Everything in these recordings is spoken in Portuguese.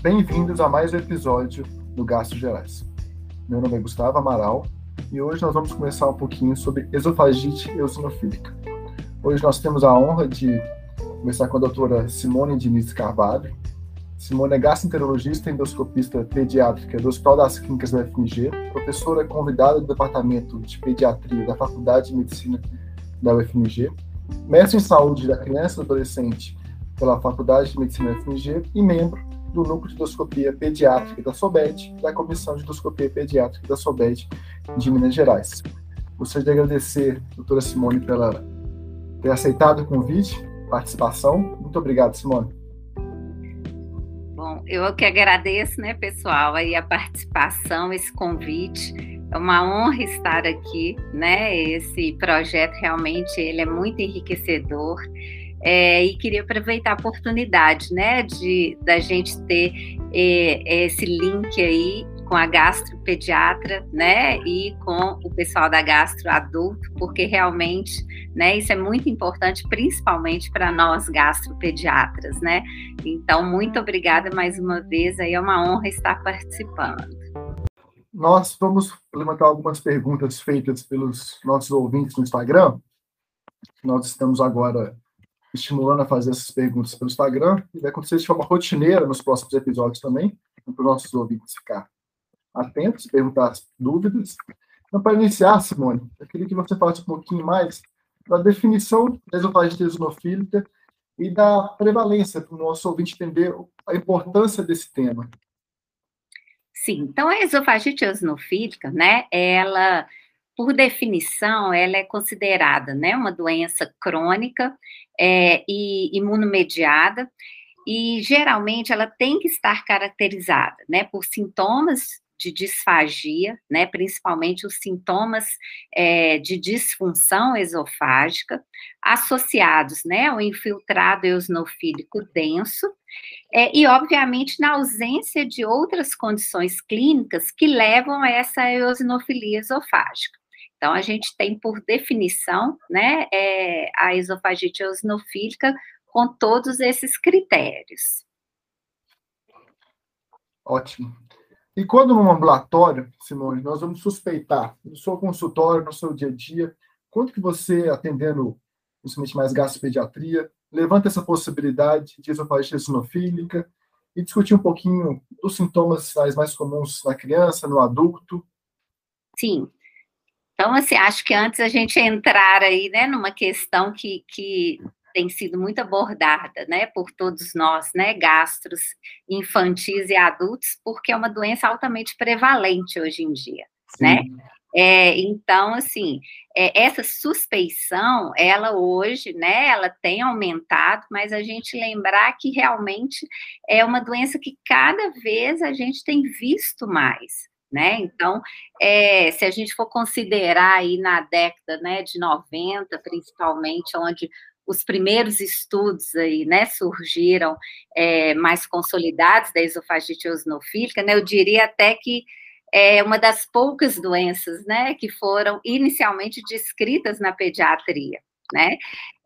Bem-vindos a mais um episódio do Gastros Gerais. Meu nome é Gustavo Amaral e hoje nós vamos conversar um pouquinho sobre esofagite eosinofílica. Hoje nós temos a honra de conversar com a doutora Simone Diniz Carvalho. Simone é gastroenterologista e endoscopista pediátrica do Hospital das Clínicas da UFMG, professora convidada do Departamento de Pediatria da Faculdade de Medicina da UFMG, mestre em Saúde da Criança e do Adolescente pela Faculdade de Medicina da UFMG e membro do Núcleo de Endoscopia Pediátrica da SOBED, da Comissão de Endoscopia Pediátrica da SOBED de Minas Gerais. Gostaria de agradecer a doutora Simone por ter aceitado o convite, participação. Muito obrigado, Simone. Bom, eu que agradeço, né, pessoal, aí a participação, esse convite. É uma honra estar aqui, né? Esse projeto realmente ele é muito enriquecedor. E queria aproveitar a oportunidade, né, da gente ter esse link aí com a gastropediatra, né, e com o pessoal da gastro adulto, porque realmente, né, isso é muito importante, principalmente para nós gastropediatras, né. Então, muito obrigada mais uma vez, aí é uma honra estar participando. Nós vamos levantar algumas perguntas feitas pelos nossos ouvintes no Instagram. Nós estamos agora estimulando a fazer essas perguntas pelo Instagram, e vai acontecer de forma rotineira nos próximos episódios também, para os nossos ouvintes ficar atentos, perguntar dúvidas. Então, para iniciar, Simone, eu queria que você falasse um pouquinho mais da definição da esofagite eosinofílica e da prevalência, para o nosso ouvinte entender a importância desse tema. Sim, então a esofagite eosinofílica, né, ela, por definição, ela é considerada, né, uma doença crônica e imunomediada, e geralmente ela tem que estar caracterizada, né, por sintomas de disfagia, né, principalmente os sintomas de disfunção esofágica, associados, né, ao infiltrado eosinofílico denso, e, obviamente, na ausência de outras condições clínicas que levam a essa eosinofilia esofágica. Então, a gente tem, por definição, né, a esofagite eosinofílica com todos esses critérios. Ótimo. E quando no ambulatório, Simone, nós vamos suspeitar, no seu consultório, no seu dia a dia, quanto que você, atendendo principalmente mais gastropediatria, levanta essa possibilidade de esofagite eosinofílica e discutir um pouquinho dos sintomas sinais mais comuns na criança, no adulto? Sim. Então, assim, acho que antes a gente entrar aí, né, numa questão que tem sido muito abordada, né, por todos nós, né, gastros infantis e adultos, porque é uma doença altamente prevalente hoje em dia, Sim. né? Então, assim, essa suspeição, ela hoje, né, ela tem aumentado, mas a gente lembrar que realmente é uma doença que cada vez a gente tem visto mais, né? Então, se a gente for considerar aí na década, né, de 90, principalmente, onde os primeiros estudos aí, né, surgiram mais consolidados da esofagite eosinofílica, né, eu diria até que é uma das poucas doenças, né, que foram inicialmente descritas na pediatria, né,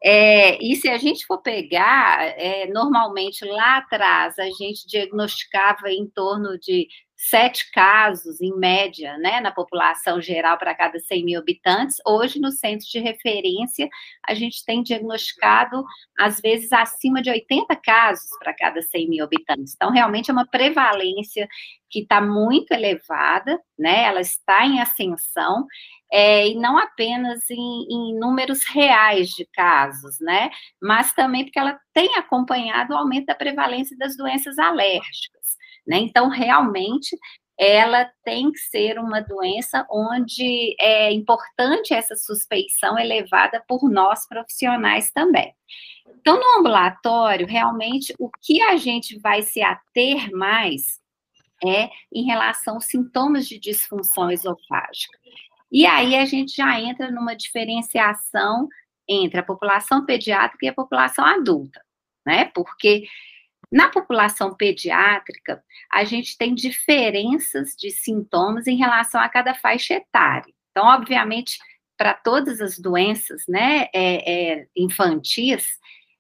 e se a gente for pegar, normalmente lá atrás a gente diagnosticava em torno de 7 casos, em média, né, na população geral para cada 100 mil habitantes. Hoje, no centro de referência, a gente tem diagnosticado, às vezes, acima de 80 casos para cada 100 mil habitantes. Então, realmente é uma prevalência que está muito elevada, né, ela está em ascensão, e não apenas em números reais de casos, né, mas também porque ela tem acompanhado o aumento da prevalência das doenças alérgicas. Né? Então, realmente, ela tem que ser uma doença onde é importante essa suspeição elevada por nós profissionais também. Então, no ambulatório, realmente, o que a gente vai se ater mais é em relação aos sintomas de disfunção esofágica. E aí a gente já entra numa diferenciação entre a população pediátrica e a população adulta, né? Porque na população pediátrica, a gente tem diferenças de sintomas em relação a cada faixa etária. Então, obviamente, para todas as doenças, né, infantis,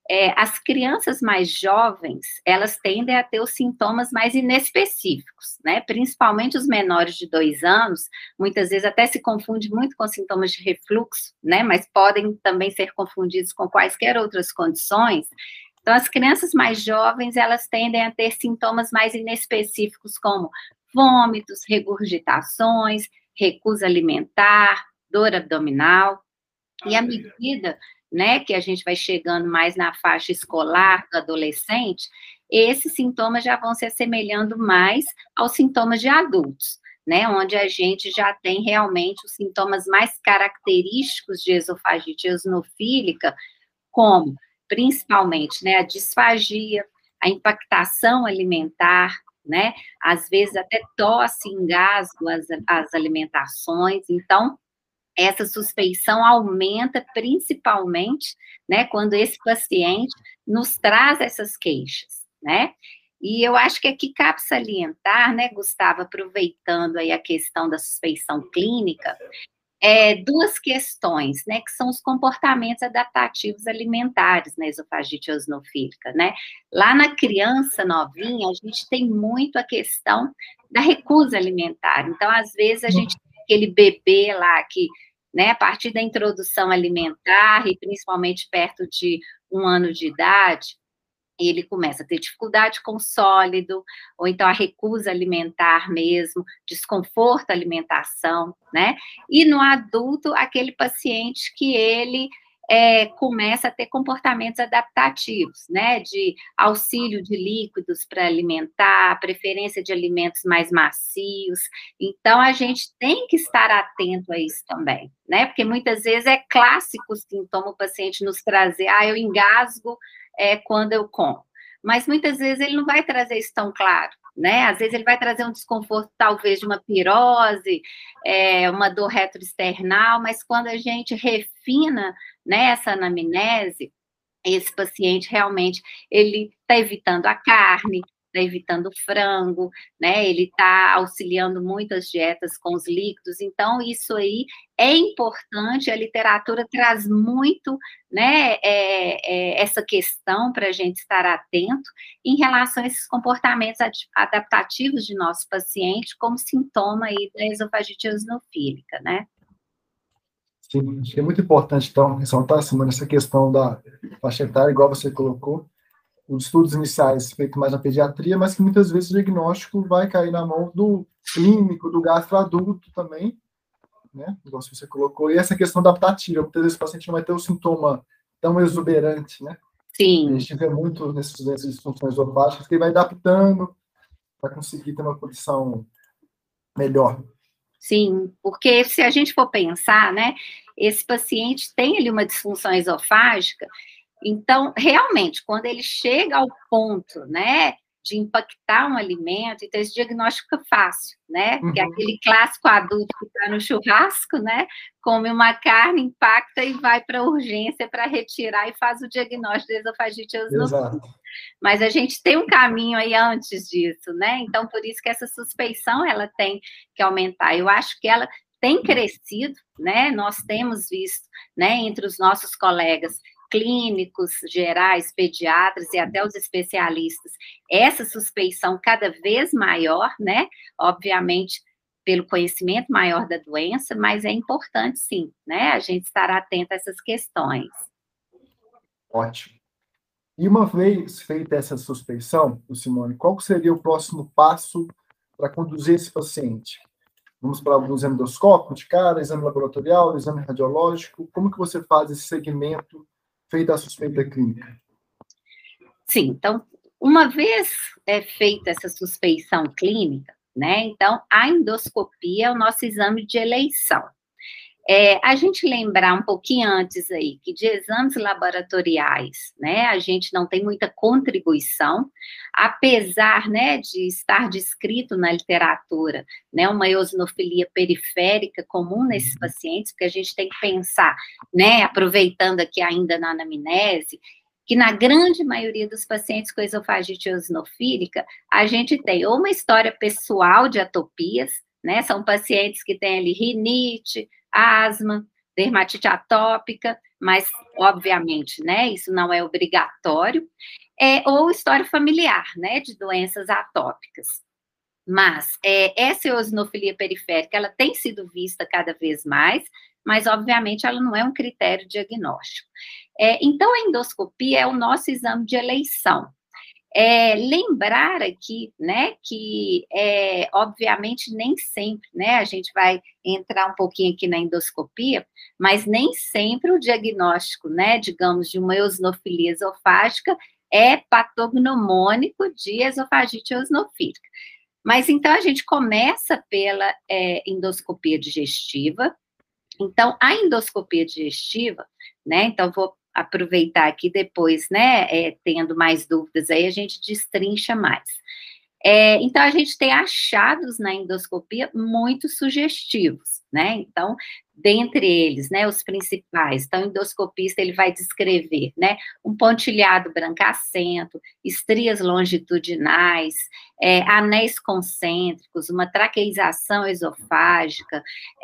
as crianças mais jovens, elas tendem a ter os sintomas mais inespecíficos, né? Principalmente os menores de 2 anos, muitas vezes até se confunde muito com sintomas de refluxo, né? Mas podem também ser confundidos com quaisquer outras condições. Então, as crianças mais jovens, elas tendem a ter sintomas mais inespecíficos, como vômitos, regurgitações, recusa alimentar, dor abdominal. E à medida, né, que a gente vai chegando mais na faixa escolar do adolescente, esses sintomas já vão se assemelhando mais aos sintomas de adultos, né, onde a gente já tem realmente os sintomas mais característicos de esofagite eosinofílica, como principalmente, né, a disfagia, a impactação alimentar, né, às vezes até tosse, engasgo as alimentações. Então, essa suspeição aumenta principalmente, né, quando esse paciente nos traz essas queixas, né? E eu acho que aqui cabe salientar, né, Gustavo, aproveitando aí a questão da suspeição clínica, duas questões, né, que são os comportamentos adaptativos alimentares na esofagite eosinofílica, né? Lá na criança novinha, a gente tem muito a questão da recusa alimentar. Então, às vezes, a gente tem aquele bebê lá que, né, a partir da introdução alimentar, e principalmente perto de 1 ano de idade, ele começa a ter dificuldade com sólido, ou então a recusa alimentar mesmo, desconforto à alimentação, né? E no adulto, aquele paciente que ele começa a ter comportamentos adaptativos, né? De auxílio de líquidos para alimentar, preferência de alimentos mais macios. Então, a gente tem que estar atento a isso também, né? Porque muitas vezes é clássico o sintoma o paciente nos trazer, eu engasgo, quando eu como. Mas muitas vezes ele não vai trazer isso tão claro, né? Às vezes ele vai trazer um desconforto, talvez, de uma pirose, uma dor retroesternal, mas quando a gente refina, né, essa anamnese, esse paciente realmente, ele está evitando a carne, está evitando o frango, né, ele está auxiliando muito as dietas com os líquidos, então isso aí é importante, a literatura traz muito, né, essa questão para a gente estar atento em relação a esses comportamentos adaptativos de nosso paciente como sintoma aí da esofagite eosinofílica, né? Sim, acho que é muito importante, então, ressaltar, Simone, essa questão da faixa etária, igual você colocou, os estudos iniciais feitos mais na pediatria, mas que muitas vezes o diagnóstico vai cair na mão do clínico, do gastroadulto também, né? Igual você colocou, e essa questão adaptativa, muitas vezes o paciente não vai ter o sintoma tão exuberante, né? Sim. A gente vê muito nessas disfunções esofágicas que ele vai adaptando para conseguir ter uma condição melhor. Sim, porque se a gente for pensar, né, esse paciente tem ali uma disfunção esofágica, então, realmente, quando ele chega ao ponto, né, de impactar um alimento, então esse diagnóstico fica fácil, né, que é aquele clássico adulto que está no churrasco, né, come uma carne, impacta e vai para a urgência para retirar e faz o diagnóstico de esofagite eosinofílica. Mas a gente tem um caminho aí antes disso, né, então por isso que essa suspeição, ela tem que aumentar. Eu acho que ela tem crescido, né, nós temos visto, né, entre os nossos colegas clínicos gerais, pediatras e até os especialistas, essa suspeição cada vez maior, né? Obviamente, pelo conhecimento maior da doença, mas é importante, sim, né? A gente estar atento a essas questões. Ótimo. E uma vez feita essa suspeição, Simone, qual seria o próximo passo para conduzir esse paciente? Vamos para o exame endoscópico de cara, exame laboratorial, exame radiológico? Como que você faz esse segmento feita a suspeita clínica? Sim, então, uma vez feita essa suspeição clínica, né, então, a endoscopia é o nosso exame de eleição. A gente lembrar um pouquinho antes aí, que de exames laboratoriais, né, a gente não tem muita contribuição, apesar, né, de estar descrito na literatura, né, uma eosinofilia periférica comum nesses pacientes, porque a gente tem que pensar, né, aproveitando aqui ainda na anamnese, que na grande maioria dos pacientes com esofagite eosinofílica, a gente tem ou uma história pessoal de atopias, né, são pacientes que têm ali rinite, asma, dermatite atópica, mas, obviamente, né, isso não é obrigatório, ou história familiar, né, de doenças atópicas. Mas essa eosinofilia periférica, ela tem sido vista cada vez mais, mas, obviamente, ela não é um critério diagnóstico. Então, a endoscopia é o nosso exame de eleição. Lembrar aqui, né, que, obviamente, nem sempre, né, a gente vai entrar um pouquinho aqui na endoscopia, mas nem sempre o diagnóstico, né, digamos, de uma eosinofilia esofágica é patognomônico de esofagite eosinofílica. Mas, então, a gente começa pela endoscopia digestiva. Então, a endoscopia digestiva, né, então, vou aproveitar aqui depois, né, tendo mais dúvidas aí, a gente destrincha mais. Então, a gente tem achados na endoscopia muito sugestivos, né, então, dentre eles, né, os principais, então, o endoscopista, ele vai descrever, né, um pontilhado brancacento, estrias longitudinais, anéis concêntricos, uma traqueização esofágica,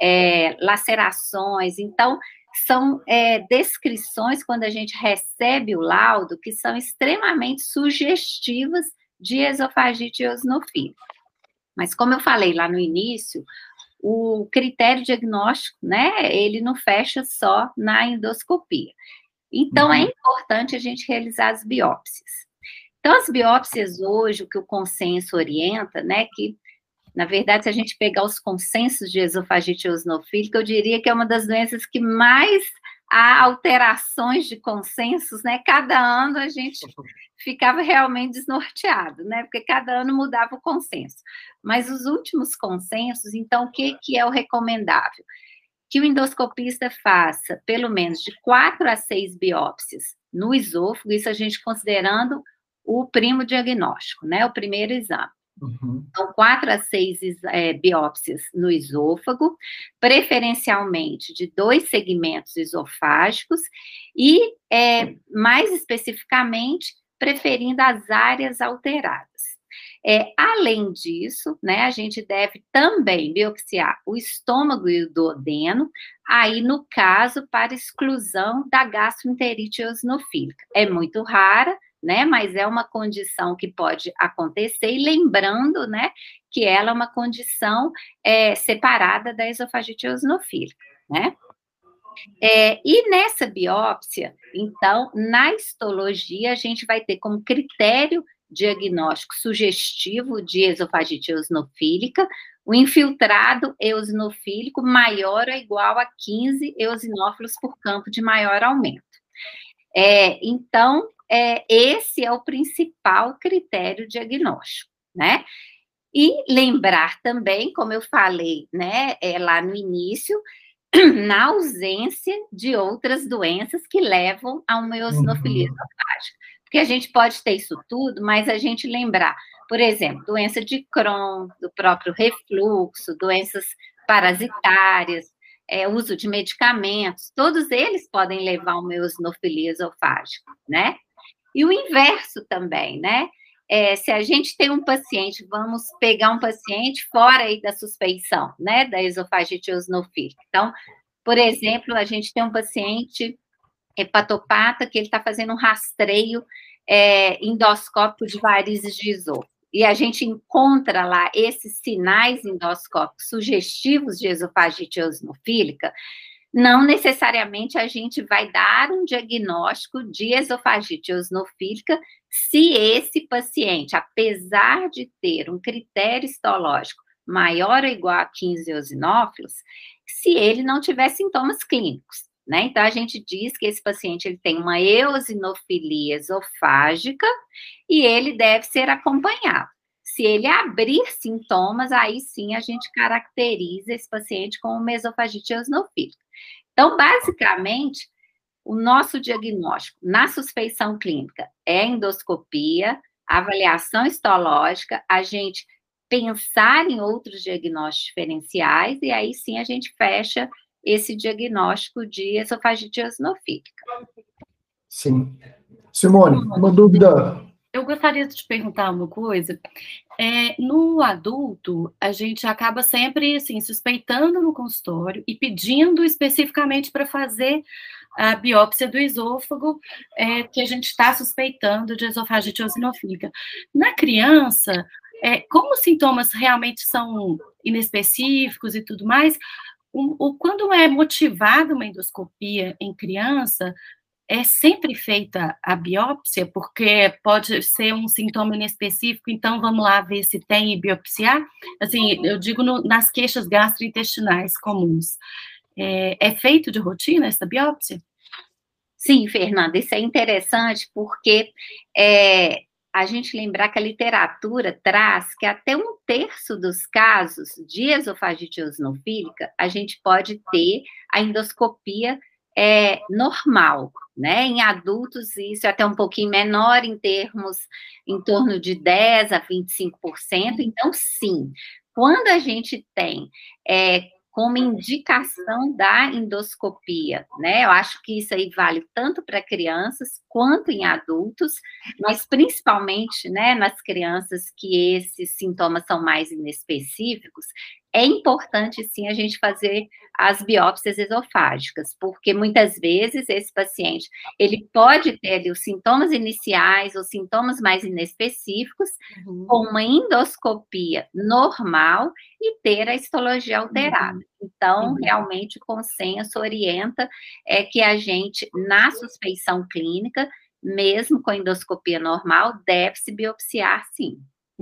lacerações, então, são descrições, quando a gente recebe o laudo, que são extremamente sugestivas de esofagite eosinofílica. Mas, como eu falei lá no início, o critério diagnóstico, né, ele não fecha só na endoscopia. Então, é importante a gente realizar as biópsias. Então, as biópsias hoje, o que o consenso orienta, né, que, na verdade, se a gente pegar os consensos de esofagite eosinofílica, eu diria que é uma das doenças que mais há alterações de consensos, né? Cada ano a gente ficava realmente desnorteado, né? Porque cada ano mudava o consenso. Mas os últimos consensos, então, o que é o recomendável? Que o endoscopista faça pelo menos de 4 a 6 biópsias no esôfago, isso a gente considerando o primo diagnóstico, né? O primeiro exame. Então, 4 a 6 biópsias no esôfago, preferencialmente de 2 segmentos esofágicos e, mais especificamente, preferindo as áreas alteradas. Além disso, né, a gente deve também biopsiar o estômago e o duodeno, aí, no caso, para exclusão da gastroenterite eosinofílica. É muito rara, né, mas é uma condição que pode acontecer, e lembrando, né, que ela é uma condição separada da esofagite eosinofílica, né. E nessa biópsia, então, na histologia, a gente vai ter como critério diagnóstico sugestivo de esofagite eosinofílica o infiltrado eosinofílico maior ou igual a 15 eosinófilos por campo de maior aumento. Então, esse é o principal critério diagnóstico, né? E lembrar também, como eu falei, né, lá no início, na ausência de outras doenças que levam a uma eosinofilia esofágica. Porque a gente pode ter isso tudo, mas a gente lembrar, por exemplo, doença de Crohn, do próprio refluxo, doenças parasitárias, uso de medicamentos, todos eles podem levar a uma eosinofilia esofágica, né? E o inverso também, né? Se a gente tem um paciente, vamos pegar um paciente fora aí da suspeição, né, da esofagite eosinofílica. Então, por exemplo, a gente tem um paciente hepatopata que ele está fazendo um rastreio endoscópico de varizes de esôfago. E a gente encontra lá esses sinais endoscópicos sugestivos de esofagite eosinofílica, não necessariamente a gente vai dar um diagnóstico de esofagite eosinofílica se esse paciente, apesar de ter um critério histológico maior ou igual a 15 eosinófilos, se ele não tiver sintomas clínicos, né? Então, a gente diz que esse paciente ele tem uma eosinofilia esofágica e ele deve ser acompanhado. Se ele abrir sintomas, aí sim a gente caracteriza esse paciente como uma esofagite eosinofílica. Então, basicamente, o nosso diagnóstico na suspeição clínica é endoscopia, avaliação histológica, a gente pensar em outros diagnósticos diferenciais, e aí sim a gente fecha esse diagnóstico de esofagite eosinofílica. Sim. Simone, uma dúvida Eu gostaria de te perguntar uma coisa. No adulto, a gente acaba sempre assim, suspeitando no consultório e pedindo especificamente para fazer a biópsia do esôfago, que a gente está suspeitando de esofagite eosinofílica. Na criança, como os sintomas realmente são inespecíficos e tudo mais, quando é motivada uma endoscopia em criança, é sempre feita a biópsia, porque pode ser um sintoma inespecífico, então vamos lá ver se tem e biopsiar? Assim, eu digo nas queixas gastrointestinais comuns. É feito de rotina essa biópsia? Sim, Fernanda, isso é interessante porque a gente lembrar que a literatura traz que até 1/3 dos casos de esofagite eosinofílica, a gente pode ter a endoscopia normal, né? Em adultos, isso é até um pouquinho menor, em torno de 10 a 25%. Então, sim, quando a gente tem como indicação da endoscopia, né? Eu acho que isso aí vale tanto para crianças quanto em adultos, mas principalmente, né, nas crianças que esses sintomas são mais inespecíficos, é importante, sim, a gente fazer as biópsias esofágicas, porque muitas vezes esse paciente, ele pode ter ali os sintomas iniciais, os sintomas mais inespecíficos, com uma endoscopia normal e ter a histologia alterada. Então, realmente, o consenso orienta que a gente, na suspeição clínica, mesmo com endoscopia normal, deve se biopsiar, sim.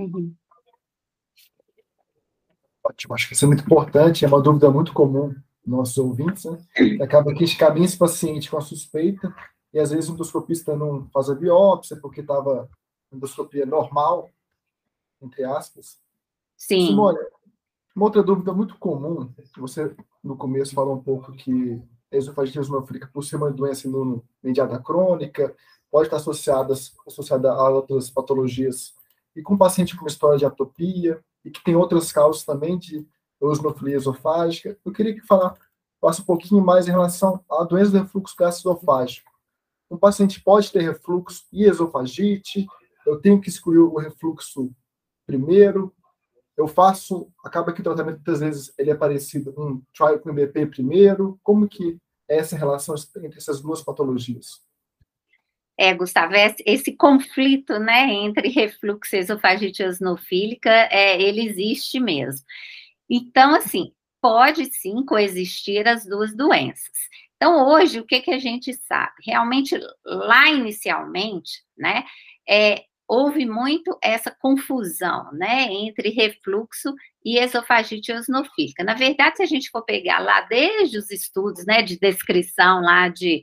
Ótimo, acho que isso é muito importante, é uma dúvida muito comum nos nossos ouvintes, né? Que acaba que caminha esse paciente com a suspeita, e às vezes o endoscopista não faz a biópsia porque estava endoscopia normal, entre aspas. Sim. Simone, uma outra dúvida muito comum, você no começo falou um pouco que a esofagite eosinofílica, por ser uma doença imunomediada crônica, pode estar associada a outras patologias, e com paciente com uma história de atopia, e que tem outras causas também de eosinofilia esofágica. Eu queria que falasse um pouquinho mais em relação à doença do refluxo gastroesofágico. Um paciente pode ter refluxo e esofagite, eu tenho que excluir o refluxo primeiro, acaba que o tratamento muitas vezes ele é parecido, um trial com IBP primeiro, como que é essa relação entre essas duas patologias? Gustavo, esse conflito, né, entre refluxo e esofagite eosinofílica, ele existe mesmo. Então, assim, pode sim coexistir as duas doenças. Então, hoje, o que a gente sabe? Realmente, lá inicialmente, né, houve muito essa confusão, né, entre refluxo e esofagite eosinofílica. Na verdade, se a gente for pegar lá desde os estudos, né, de descrição lá de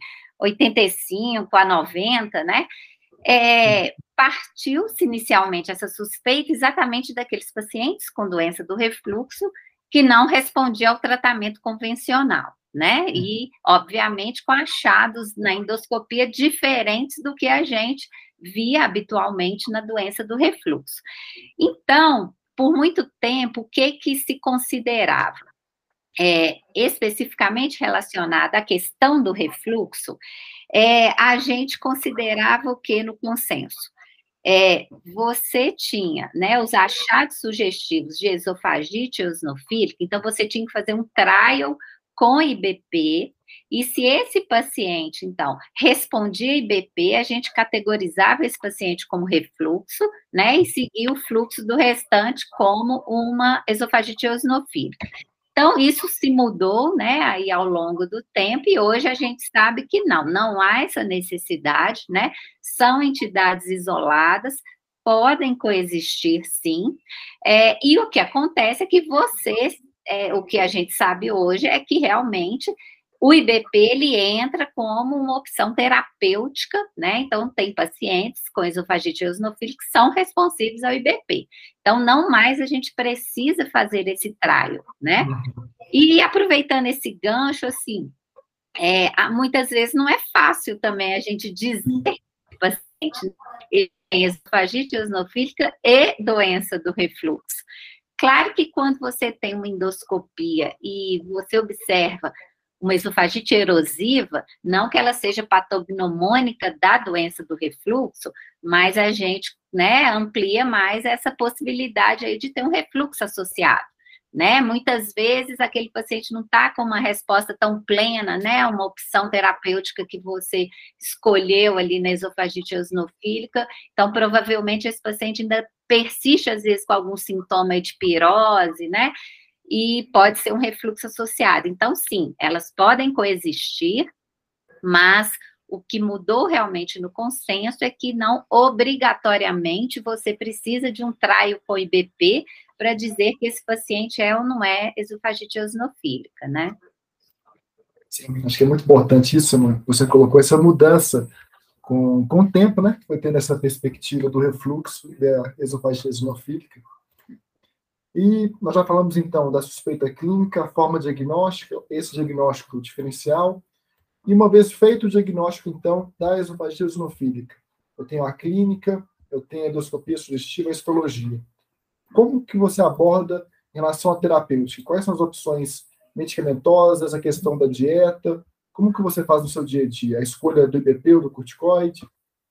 85 a 90, né, partiu-se inicialmente essa suspeita exatamente daqueles pacientes com doença do refluxo que não respondiam ao tratamento convencional, né? E, obviamente, com achados na endoscopia diferentes do que a gente via habitualmente na doença do refluxo. Então, por muito tempo, o que se considerava? Especificamente relacionada à questão do refluxo, a gente considerava o que no consenso? Você tinha, né, os achados sugestivos de esofagite eosinofílica, então você tinha que fazer um trial com IBP, e se esse paciente, então, respondia IBP, a gente categorizava esse paciente como refluxo, né, e seguia o fluxo do restante como uma esofagite eosinofílica. Então, isso se mudou, né, aí ao longo do tempo, e hoje a gente sabe que não há essa necessidade, né, são entidades isoladas, podem coexistir, sim, e o que acontece é que o que a gente sabe hoje é que realmente o IBP, ele entra como uma opção terapêutica, né, então tem pacientes com esofagite eosinofílica que são responsivos ao IBP. Então, não mais a gente precisa fazer esse trial, né? E aproveitando esse gancho, assim, muitas vezes não é fácil também a gente dizer que o paciente tem esofagite eosinofílica e doença do refluxo. Claro que quando você tem uma endoscopia e você observa uma esofagite erosiva, não que ela seja patognomônica da doença do refluxo, mas a gente, né, amplia mais essa possibilidade aí de ter um refluxo associado, né? Muitas vezes aquele paciente não está com uma resposta tão plena, né? Uma opção terapêutica que você escolheu ali na esofagite eosinofílica, então provavelmente esse paciente ainda persiste às vezes com algum sintoma de pirose, né? E pode ser um refluxo associado. Então, sim, elas podem coexistir, mas o que mudou realmente no consenso é que não obrigatoriamente você precisa de um traio com IBP para dizer que esse paciente é ou não é esofagite eosinofílica, né? Sim, acho que é muito importante isso, né? Você colocou essa mudança com o tempo, né? Foi tendo essa perspectiva do refluxo e da esofagite eosinofílica. E nós já falamos, então, da suspeita clínica, a forma diagnóstica, esse diagnóstico diferencial. E uma vez feito o diagnóstico, então, da esofagite eosinofílica, eu tenho a clínica, eu tenho a endoscopia sugestiva, a histologia. Como que você aborda em relação à terapêutica? Quais são as opções medicamentosas, a questão da dieta? Como que você faz no seu dia a dia? A escolha do IBP ou do corticoide?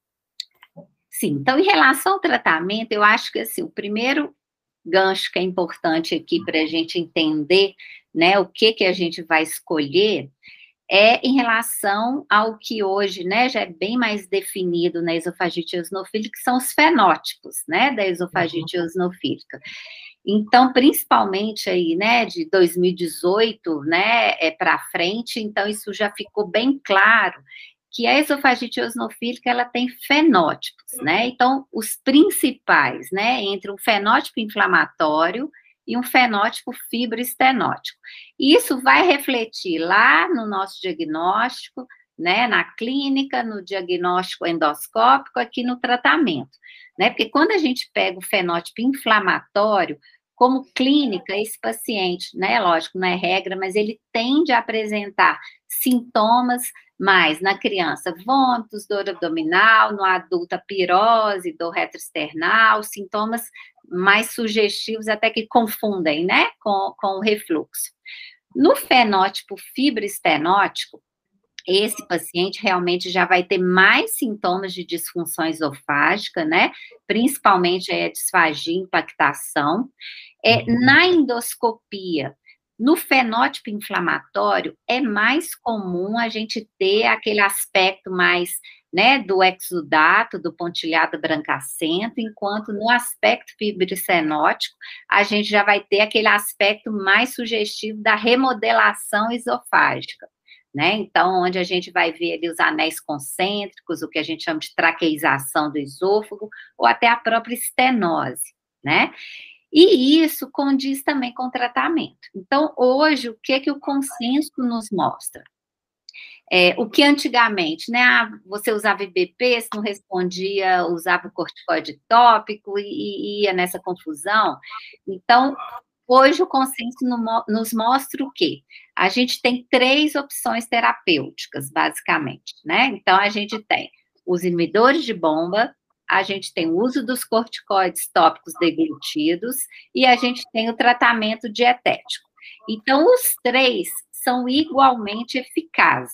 Sim, então, em relação ao tratamento, eu acho que, assim, o primeiro gancho que é importante aqui para a gente entender, né, o que a gente vai escolher, é em relação ao que hoje, né, já é bem mais definido na esofagite eosinofílica, que são os fenótipos, né, da esofagite eosinofílica. Então, principalmente aí, né, de 2018, né, para frente, então isso já ficou bem claro que a esofagite eosinofílica, ela tem fenótipos, né, então os principais, né, entre um fenótipo inflamatório e um fenótipo fibroestenótico. Isso vai refletir lá no nosso diagnóstico, né, na clínica, no diagnóstico endoscópico, aqui no tratamento, né, porque quando a gente pega o fenótipo inflamatório, como clínica, esse paciente, né, lógico, não é regra, mas ele tende a apresentar sintomas mais na criança, vômitos, dor abdominal, no adulto, a pirose, dor retroesternal, sintomas mais sugestivos, até que confundem, né, com o refluxo. No fenótipo fibroestenótico, esse paciente realmente já vai ter mais sintomas de disfunção esofágica, né, principalmente a disfagia e impactação. Na endoscopia, no fenótipo inflamatório, é mais comum a gente ter aquele aspecto mais, né, do exudato, do pontilhado brancacento, enquanto no aspecto fibroestenótico, a gente já vai ter aquele aspecto mais sugestivo da remodelação esofágica, né? Então, onde a gente vai ver ali os anéis concêntricos, o que a gente chama de traqueização do esôfago, ou até a própria estenose, né? E isso condiz também com o tratamento. Então, hoje, o que o consenso nos mostra? O que antigamente, né, você usava IBP, se não respondia, usava o corticoide tópico e ia nessa confusão. Então, hoje o consenso nos mostra o quê? A gente tem 3 opções terapêuticas, basicamente, né? Então, a gente tem os inibidores de bomba, a gente tem o uso dos corticoides tópicos deglutidos e a gente tem o tratamento dietético. Então, os 3 são igualmente eficazes.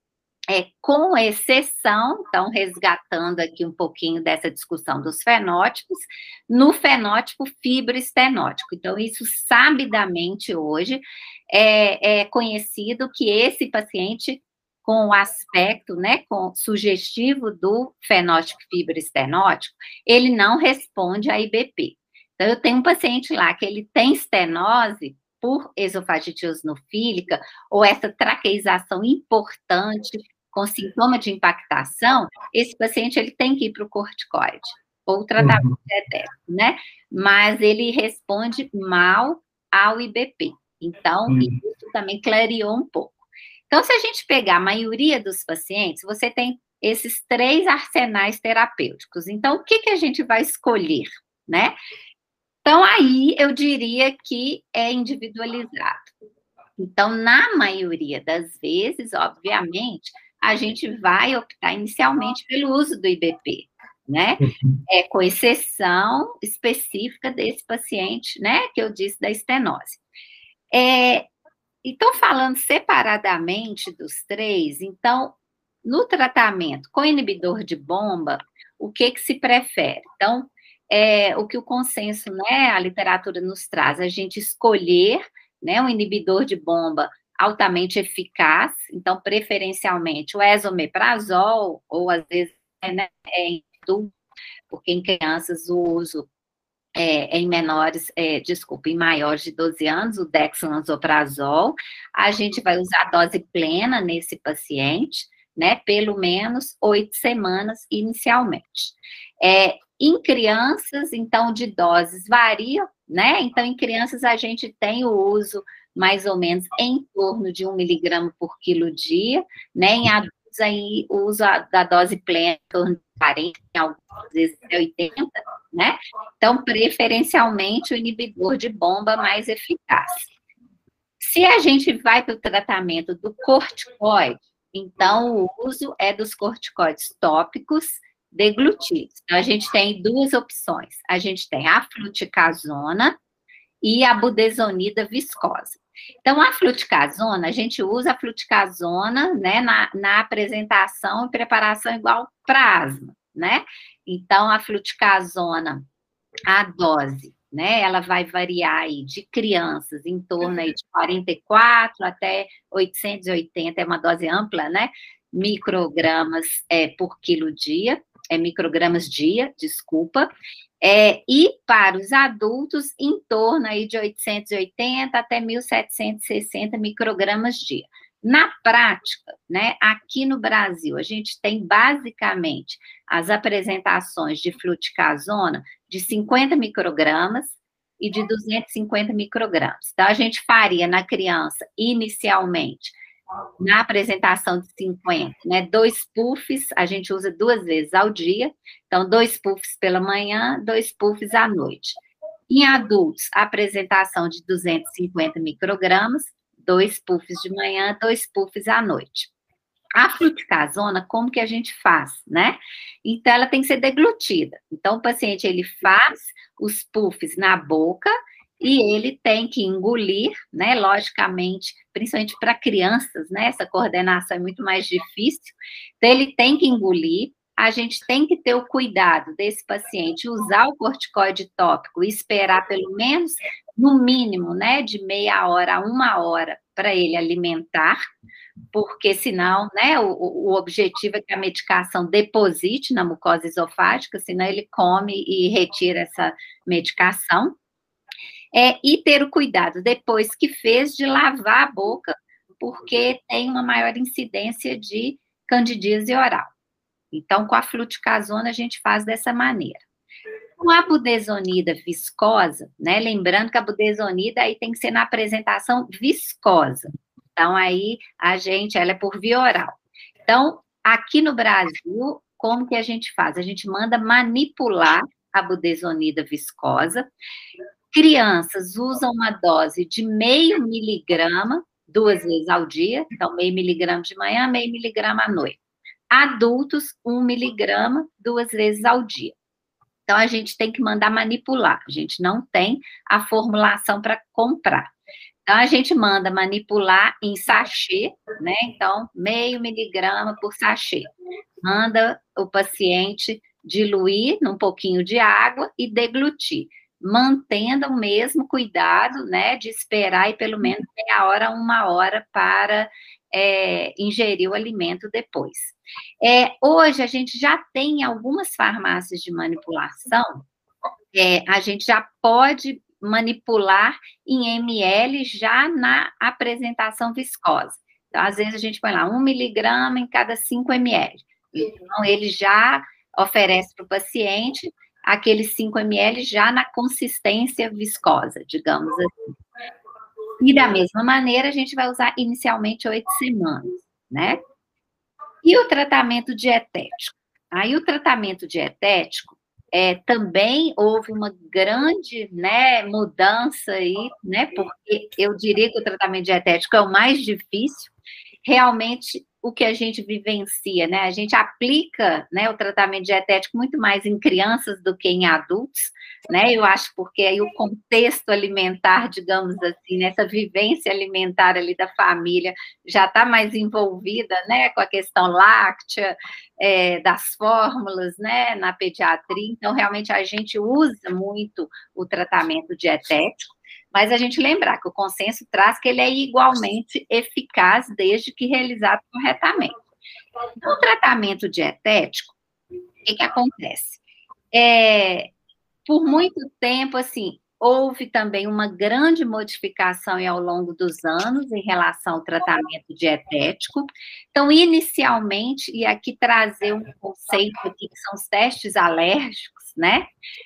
Com exceção, então, resgatando aqui um pouquinho dessa discussão dos fenótipos, no fenótipo fibroestenótico. Então, isso sabidamente hoje é conhecido que esse paciente com o aspecto, né, sugestivo do fenótipo fibroestenótico, ele não responde a IBP. Então, eu tenho um paciente lá que ele tem estenose por esofagite eosinofílica, ou essa traqueização importante, com sintoma de impactação, esse paciente ele tem que ir para o corticoide, ou tratamento dietético, né? Mas ele responde mal ao IBP. Então, isso também clareou um pouco. Então, se a gente pegar a maioria dos pacientes, você tem esses 3 arsenais terapêuticos. Então, o que a gente vai escolher, né? Então, aí eu diria que é individualizado. Então, na maioria das vezes, obviamente, a gente vai optar inicialmente pelo uso do IBP, né? Com exceção específica desse paciente, né? Que eu disse da estenose. Então, falando separadamente dos três, então, no tratamento com inibidor de bomba, o que se prefere? Então, o que o consenso, né, a literatura nos traz, a gente escolher, né, um inibidor de bomba altamente eficaz, então, preferencialmente, o esomeprazol, ou às vezes, né, porque em crianças o uso em menores, em maiores de 12 anos, o dexlansoprazol, a gente vai usar a dose plena nesse paciente, né, pelo menos 8 semanas inicialmente. Em crianças, então, de doses variam, né, então em crianças a gente tem o uso mais ou menos em torno de 1 miligrama por quilo dia, né, em adultos aí o uso da dose plena em torno de 40, algumas vezes 80, né? Então, preferencialmente, o inibidor de bomba mais eficaz. Se a gente vai para o tratamento do corticoide, então, o uso é dos corticoides tópicos deglutidos. Então, a gente tem duas opções. A gente tem a fluticasona e a budesonida viscosa. Então, a fluticasona, a gente usa a fluticasona, né, na apresentação e preparação igual para asma, né? Então, a fluticasona, a dose, né, ela vai variar aí de crianças em torno aí de 44 até 880, é uma dose ampla, né, microgramas por quilo dia, microgramas dia, desculpa, e para os adultos em torno aí de 880 até 1.760 microgramas dia. Na prática, né, aqui no Brasil, a gente tem basicamente as apresentações de fluticasona de 50 microgramas e de 250 microgramas. Então, a gente faria na criança, inicialmente, na apresentação de 50, né, 2 puffs, a gente usa 2 vezes ao dia, então 2 puffs pela manhã, 2 puffs à noite. Em adultos, a apresentação de 250 microgramas, 2 puffs de manhã, 2 puffs à noite. A fluticasona, como que a gente faz, né? Então, ela tem que ser deglutida. Então, o paciente, ele faz os puffs na boca e ele tem que engolir, né? Logicamente, principalmente para crianças, né? Essa coordenação é muito mais difícil. Então, ele tem que engolir. A gente tem que ter o cuidado desse paciente usar o corticoide tópico e esperar pelo menos, no mínimo, né? De meia hora a 1 hora para ele alimentar, porque senão, né, o objetivo é que a medicação deposite na mucosa esofágica, senão ele come e retira essa medicação. E ter o cuidado, depois que fez, de lavar a boca, porque tem uma maior incidência de candidíase oral. Então, com a fluticasona, a gente faz dessa maneira. Com a budesonida viscosa, né, lembrando que a budesonida aí tem que ser na apresentação viscosa. Então, aí, ela é por via oral. Então, aqui no Brasil, como que a gente faz? A gente manda manipular a budesonida viscosa. Crianças usam uma dose de 0,5 miligrama 2 vezes ao dia. Então, 0,5 miligrama de manhã, 0,5 miligrama à noite. Adultos, 1 miligrama 2 vezes ao dia. Então, a gente tem que mandar manipular. A gente não tem a formulação para comprar. Então, a gente manda manipular em sachê, né? Então, 0,5 miligrama por sachê. Manda o paciente diluir num pouquinho de água e deglutir, mantendo o mesmo cuidado, né? De esperar aí pelo menos meia hora, 1 hora para ingerir o alimento depois. Hoje, a gente já tem algumas farmácias de manipulação, a gente já pode manipular em ml já na apresentação viscosa. Então, às vezes, a gente põe lá 1 miligrama em cada 5 ml. Então, ele já oferece para o paciente aqueles 5 ml já na consistência viscosa, digamos assim. E da mesma maneira, a gente vai usar inicialmente 8 semanas, né? E o tratamento dietético? Aí, o tratamento dietético, também houve uma grande, né, mudança aí, né, porque eu diria que o tratamento dietético é o mais difícil. Realmente, o que a gente vivencia, né? A gente aplica, né, o tratamento dietético muito mais em crianças do que em adultos, né? Eu acho porque aí o contexto alimentar, digamos assim, nessa vivência alimentar ali da família já está mais envolvida, né, com a questão láctea, das fórmulas, né, na pediatria. Então, realmente, a gente usa muito o tratamento dietético, mas a gente lembrar que o consenso traz que ele é igualmente eficaz desde que realizado corretamente. No tratamento dietético, o que acontece? Por muito tempo, assim, houve também uma grande modificação ao longo dos anos em relação ao tratamento dietético. Então, inicialmente, e aqui trazer um conceito aqui, que são os testes alérgicos, né?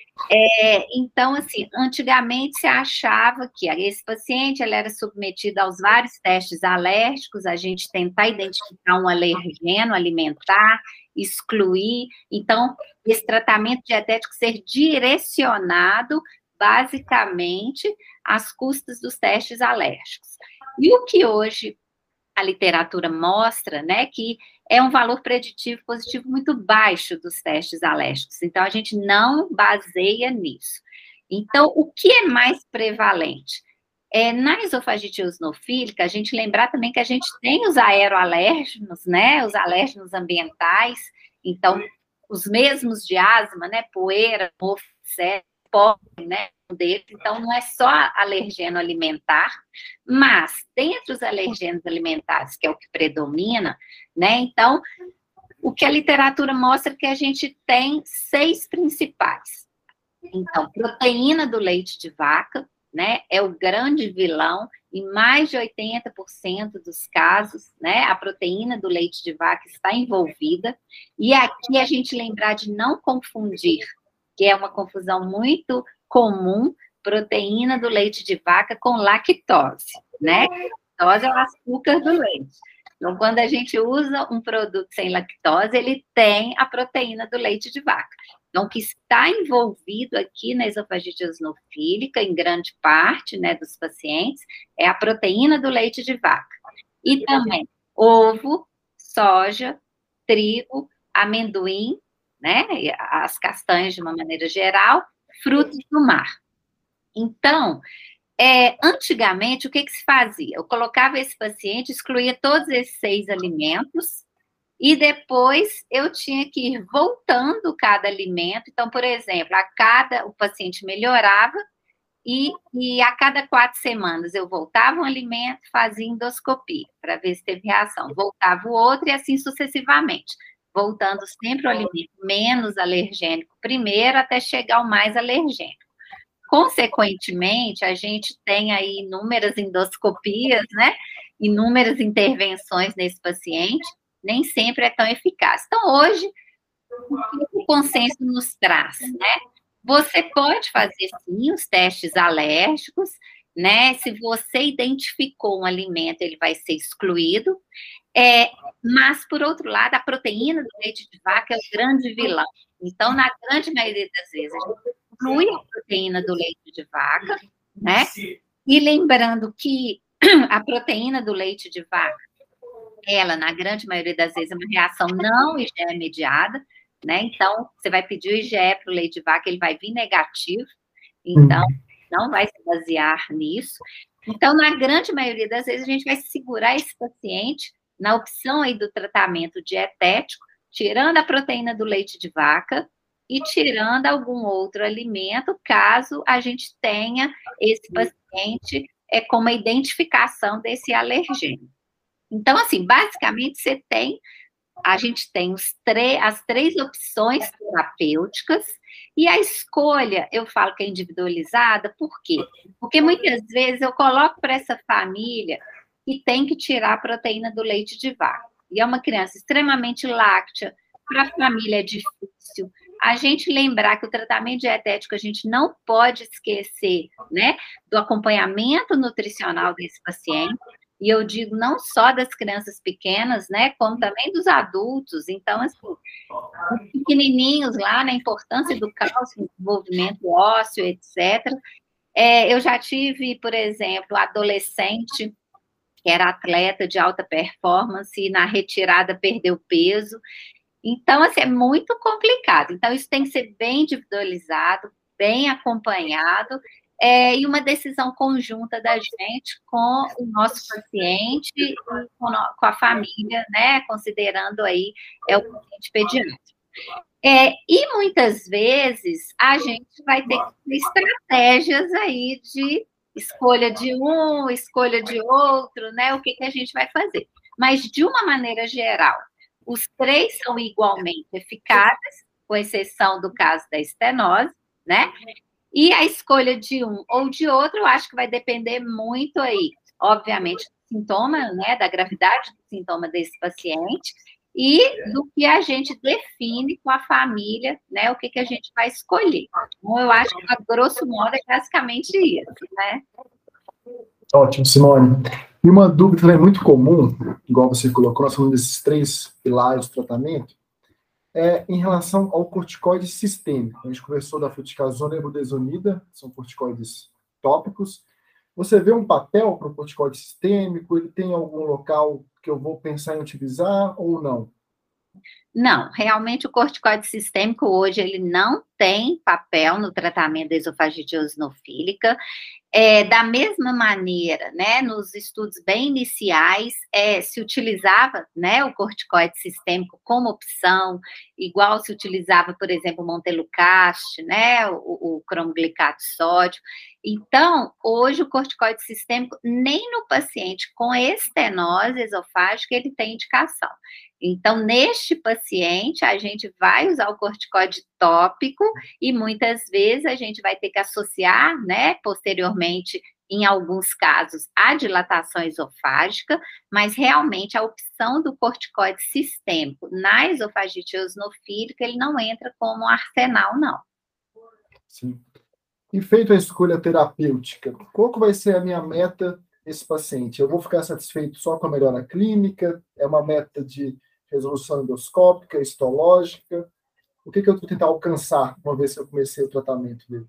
Então, assim, antigamente se achava que esse paciente ele era submetido aos vários testes alérgicos, a gente tentar identificar um alergeno alimentar, excluir. Então, esse tratamento dietético ser direcionado, basicamente, às custas dos testes alérgicos. E o que hoje a literatura mostra, né, que é um valor preditivo positivo muito baixo dos testes alérgicos. Então, a gente não baseia nisso. Então, o que é mais prevalente? Na esofagite eosinofílica, a gente lembrar também que a gente tem os aeroalérgenos, né, os alérgenos ambientais, então, os mesmos de asma, né, poeira, mofo, pólen, né, deles, então não é só alergeno alimentar, mas dentre os alergenos alimentares, que é o que predomina, né, então, o que a literatura mostra é que a gente tem 6 principais. Então, proteína do leite de vaca, né, é o grande vilão, em mais de 80% dos casos, né, a proteína do leite de vaca está envolvida, e aqui a gente lembrar de não confundir, que é uma confusão muito comum, proteína do leite de vaca com lactose, né? Lactose é o açúcar do leite. Então, quando a gente usa um produto sem lactose, ele tem a proteína do leite de vaca. Então, o que está envolvido aqui na esofagite eosinofílica, em grande parte, né, dos pacientes, é a proteína do leite de vaca. E também ovo, soja, trigo, amendoim, né, as castanhas de uma maneira geral, frutos do mar. Então, antigamente, o que se fazia? Eu colocava esse paciente, excluía todos esses 6 alimentos, e depois eu tinha que ir voltando cada alimento. Então, por exemplo, o paciente melhorava, e a cada 4 semanas eu voltava um alimento, fazia endoscopia, para ver se teve reação. Voltava o outro, e assim sucessivamente. Voltando sempre o alimento menos alergênico primeiro, até chegar ao mais alergênico. Consequentemente, a gente tem aí inúmeras endoscopias, né? Inúmeras intervenções nesse paciente, nem sempre é tão eficaz. Então, hoje, o que o consenso nos traz, né? Você pode fazer, sim, os testes alérgicos, né? Se você identificou um alimento, ele vai ser excluído. Mas, por outro lado, a proteína do leite de vaca é o grande vilão. Então, na grande maioria das vezes, a gente exclui a proteína do leite de vaca, né? E lembrando que a proteína do leite de vaca, ela, na grande maioria das vezes, é uma reação não IgE mediada, né? Então, você vai pedir o IgE para o leite de vaca, ele vai vir negativo, então, não vai se basear nisso. Então, na grande maioria das vezes, a gente vai segurar esse paciente na opção aí do tratamento dietético, tirando a proteína do leite de vaca e tirando algum outro alimento, caso a gente tenha esse paciente com uma identificação desse alergênio. Então, assim, basicamente, a gente tem as 3 opções terapêuticas, e a escolha, eu falo que é individualizada, por quê? Porque muitas vezes eu coloco para essa família que tem que tirar a proteína do leite de vaca. E é uma criança extremamente láctea, para a família é difícil. A gente lembrar que o tratamento dietético a gente não pode esquecer, né, do acompanhamento nutricional desse paciente. E eu digo não só das crianças pequenas, né, como também dos adultos. Então, assim, os pequenininhos lá, na importância do cálcio, desenvolvimento ósseo, etc. Eu já tive, por exemplo, adolescente que era atleta de alta performance e na retirada perdeu peso. Então, assim, é muito complicado. Então, isso tem que ser bem individualizado, bem acompanhado, e uma decisão conjunta da gente com o nosso paciente e com a família, né, considerando aí o paciente pediátrico. E muitas vezes a gente vai ter que ter estratégias aí de escolha de um, escolha de outro, né? O que a gente vai fazer. Mas, de uma maneira geral, os 3 são igualmente eficazes, com exceção do caso da estenose, né? E a escolha de um ou de outro, eu acho que vai depender muito aí, obviamente, do sintoma, né? Da gravidade do sintoma desse paciente e do que a gente define com a família, né? O que a gente vai escolher. Então, eu acho que, a grosso modo, é basicamente isso, né? Ótimo, Simone. E uma dúvida também muito comum, igual você colocou, nós falamos desses 3 pilares do tratamento, em relação ao corticoide sistêmico. A gente conversou da fluticasona e budesonida, são corticoides tópicos. Você vê um papel para o corticoide sistêmico? Ele tem algum local que eu vou pensar em utilizar ou não? Não, realmente o corticoide sistêmico hoje ele não tem papel no tratamento da esofagite eosinofílica. Da mesma maneira, né, nos estudos bem iniciais, se utilizava, né, o corticoide sistêmico como opção, igual se utilizava, por exemplo, o montelukast, né, o cromoglicato de sódio. Então, hoje o corticoide sistêmico, nem no paciente com estenose esofágica, ele tem indicação. Então, neste paciente, a gente vai usar o corticoide tópico e muitas vezes a gente vai ter que associar, né, posteriormente, em alguns casos, a dilatação esofágica, mas realmente a opção do corticoide sistêmico na esofagite eosinofílica, ele não entra como arsenal, não. Sim. E feito a escolha terapêutica, qual que vai ser a minha meta nesse paciente? Eu vou ficar satisfeito só com a melhora clínica? É uma meta de resolução endoscópica, histológica? O que eu vou tentar alcançar uma vez que eu comecei o tratamento dele?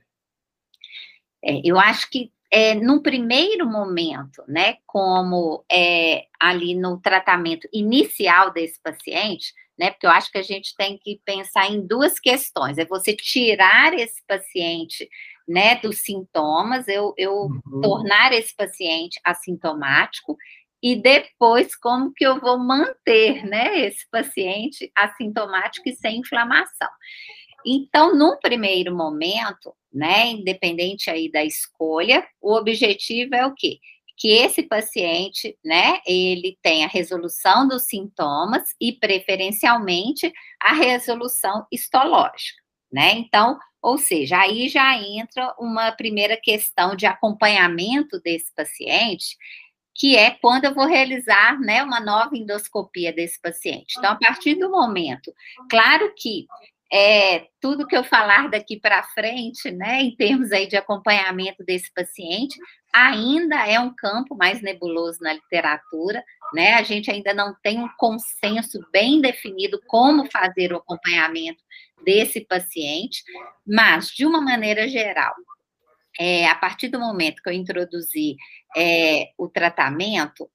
Eu acho que, num primeiro momento, né, como ali no tratamento inicial desse paciente, né, porque eu acho que a gente tem que pensar em 2 questões, você tirar esse paciente, né, dos sintomas, eu tornar esse paciente assintomático, e depois como que eu vou manter, né, esse paciente assintomático e sem inflamação. Então, num primeiro momento, né, independente aí da escolha, o objetivo é o quê? Que esse paciente, né, ele tenha resolução dos sintomas e, preferencialmente, a resolução histológica, né? Então, ou seja, aí já entra uma primeira questão de acompanhamento desse paciente, que é quando eu vou realizar, né, uma nova endoscopia desse paciente. Então, a partir do momento, claro que tudo que eu falar daqui para frente, né, em termos aí de acompanhamento desse paciente, ainda é um campo mais nebuloso na literatura, né, a gente ainda não tem um consenso bem definido como fazer o acompanhamento desse paciente, mas, de uma maneira geral, a partir do momento que eu introduzi o tratamento,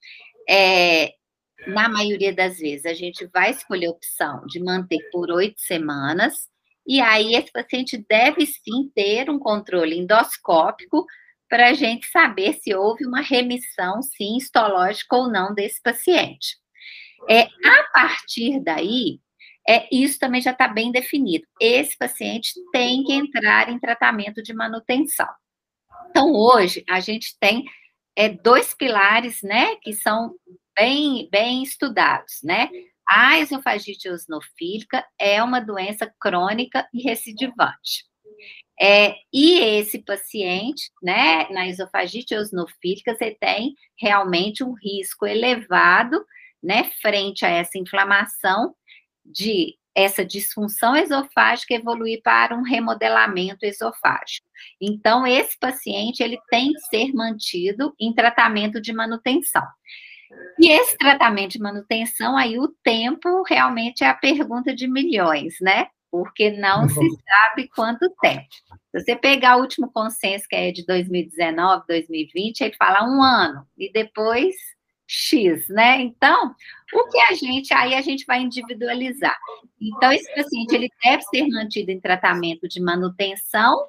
na maioria das vezes, a gente vai escolher a opção de manter por 8 semanas, e aí esse paciente deve sim ter um controle endoscópico para a gente saber se houve uma remissão, sim, histológica ou não desse paciente. A partir daí, isso também já está bem definido. Esse paciente tem que entrar em tratamento de manutenção. Então, hoje, a gente tem 2 pilares, né, que são bem estudados, né? A esofagite eosinofílica é uma doença crônica e recidivante. E esse paciente, né, na esofagite eosinofílica, você tem realmente um risco elevado, né, frente a essa inflamação, de essa disfunção esofágica evoluir para um remodelamento esofágico. Então, esse paciente, ele tem que ser mantido em tratamento de manutenção. E esse tratamento de manutenção, aí o tempo realmente é a pergunta de milhões, né? Porque não se sabe quanto tempo. Se você pegar o último consenso, que é de 2019, 2020, ele fala 1 ano, e depois X, né? Então, o que aí a gente vai individualizar. Então, esse paciente, ele deve ser mantido em tratamento de manutenção.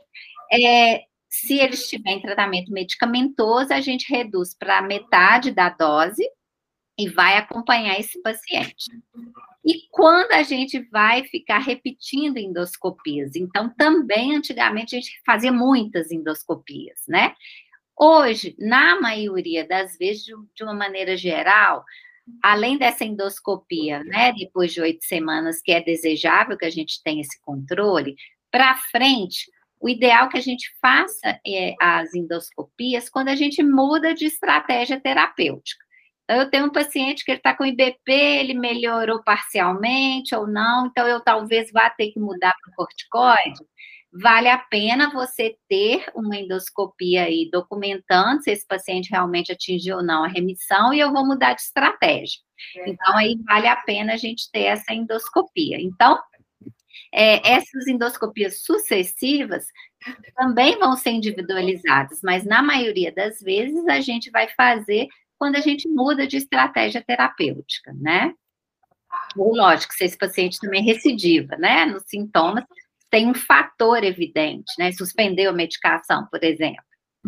Se ele estiver em tratamento medicamentoso, a gente reduz para metade da dose e vai acompanhar esse paciente. E quando a gente vai ficar repetindo endoscopias? Então, também, antigamente, a gente fazia muitas endoscopias, né? Hoje, na maioria das vezes, de uma maneira geral, além dessa endoscopia, né, depois de 8 semanas, que é desejável que a gente tenha esse controle, para frente, o ideal é que a gente faça as endoscopias quando a gente muda de estratégia terapêutica. Então, eu tenho um paciente que ele está com IBP, ele melhorou parcialmente ou não, então eu talvez vá ter que mudar para o corticoide. Vale a pena você ter uma endoscopia aí documentando se esse paciente realmente atingiu ou não a remissão, e eu vou mudar de estratégia. Então, aí vale a pena a gente ter essa endoscopia. Então, essas endoscopias sucessivas também vão ser individualizadas, mas na maioria das vezes a gente vai fazer quando a gente muda de estratégia terapêutica, né? Ou, lógico, se esse paciente também recidiva, né, nos sintomas, tem um fator evidente, né, suspendeu a medicação, por exemplo.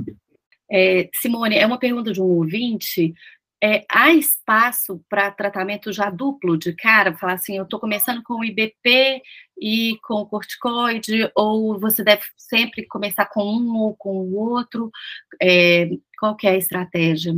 Simone, é uma pergunta de um ouvinte, há espaço para tratamento já duplo de cara? Falar assim, eu estou começando com o IBP e com o corticoide, ou você deve sempre começar com um ou com o outro? Qual que é a estratégia?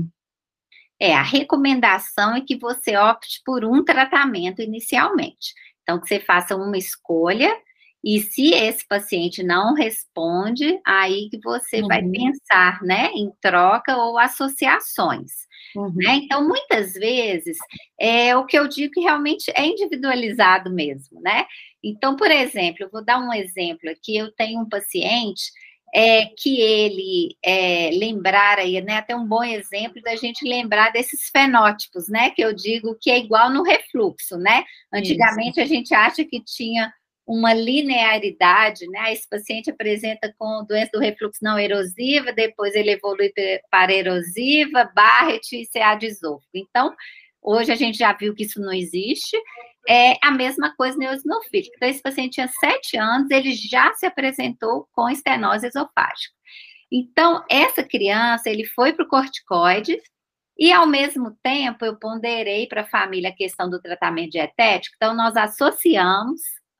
A recomendação é que você opte por um tratamento inicialmente. Então, que você faça uma escolha, e se esse paciente não responde, aí que você vai pensar, né, em troca ou associações. Né? Então, muitas vezes, o que eu digo que realmente é individualizado mesmo, né? Então, por exemplo, eu vou dar um exemplo aqui, eu tenho um paciente que ele lembrar aí, né, até um bom exemplo da gente lembrar desses fenótipos, né, que eu digo que é igual no refluxo, né? Antigamente a gente acha que tinha uma linearidade, né? Esse paciente apresenta com doença do refluxo não erosiva, depois ele evolui para erosiva, Barrett e CA de esôfago. Então, hoje a gente já viu que isso não existe. É a mesma coisa no eosinofílico. Então, esse paciente tinha 7 anos, ele já se apresentou com estenose esofágica. Então, essa criança, ele foi para o corticoide e, ao mesmo tempo, eu ponderei para a família a questão do tratamento dietético. Então, nós associamos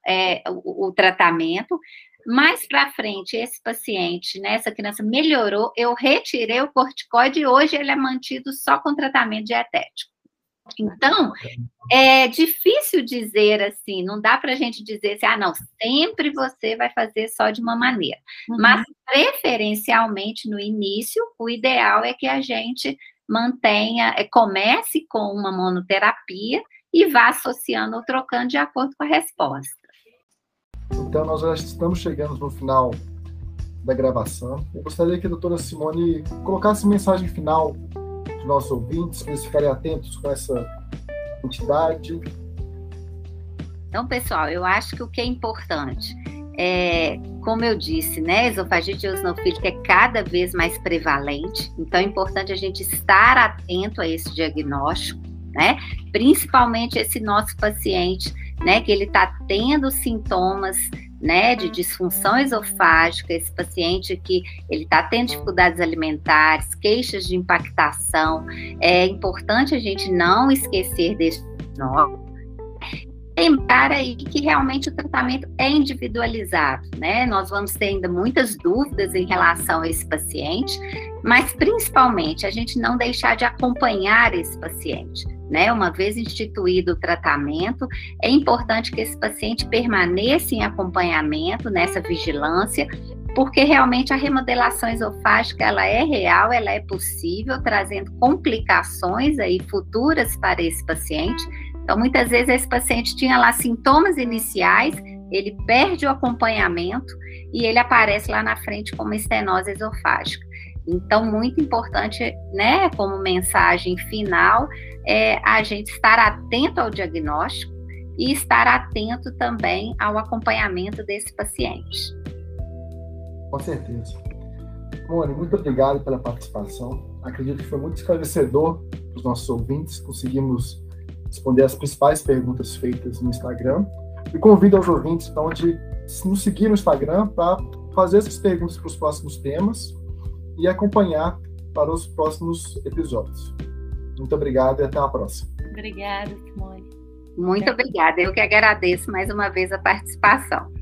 o tratamento. Mais para frente, esse paciente, né, essa criança melhorou, eu retirei o corticoide e hoje ele é mantido só com tratamento dietético. Então, é difícil dizer assim, não dá para a gente dizer assim, não, sempre você vai fazer só de uma maneira. Mas, preferencialmente, no início, o ideal é que a gente mantenha, comece com uma monoterapia e vá associando ou trocando de acordo com a resposta. Então, nós já estamos chegando no final da gravação. Eu gostaria que a doutora Simone colocasse mensagem final dos nossos ouvintes, para eles ficarem atentos com essa entidade. Então, pessoal, eu acho que o que é importante como eu disse, né, esofagite eosinofílica é cada vez mais prevalente, então é importante a gente estar atento a esse diagnóstico, né, principalmente esse nosso paciente, né, que ele está tendo sintomas, né, de disfunção esofágica, esse paciente que ele está tendo dificuldades alimentares, queixas de impactação. É importante a gente não esquecer desse diagnóstico. Lembrar aí que realmente o tratamento é individualizado, né? Nós vamos ter ainda muitas dúvidas em relação a esse paciente, mas principalmente a gente não deixar de acompanhar esse paciente, né? Uma vez instituído o tratamento, é importante que esse paciente permaneça em acompanhamento, nessa vigilância, porque realmente a remodelação esofágica, ela é real, ela é possível, trazendo complicações aí futuras para esse paciente. Então, muitas vezes esse paciente tinha lá sintomas iniciais, ele perde o acompanhamento e ele aparece lá na frente com uma estenose esofágica. Então, muito importante, né, como mensagem final, a gente estar atento ao diagnóstico e estar atento também ao acompanhamento desse paciente. Com certeza. Simone, muito obrigado pela participação. Acredito que foi muito esclarecedor para os nossos ouvintes. Conseguimos responder as principais perguntas feitas no Instagram. E convido aos ouvintes, então, de nos seguir no Instagram para fazer essas perguntas para os próximos temas e acompanhar para os próximos episódios. Muito obrigado e até a próxima. Obrigada, Simone. Muito obrigada. Eu que agradeço mais uma vez a participação.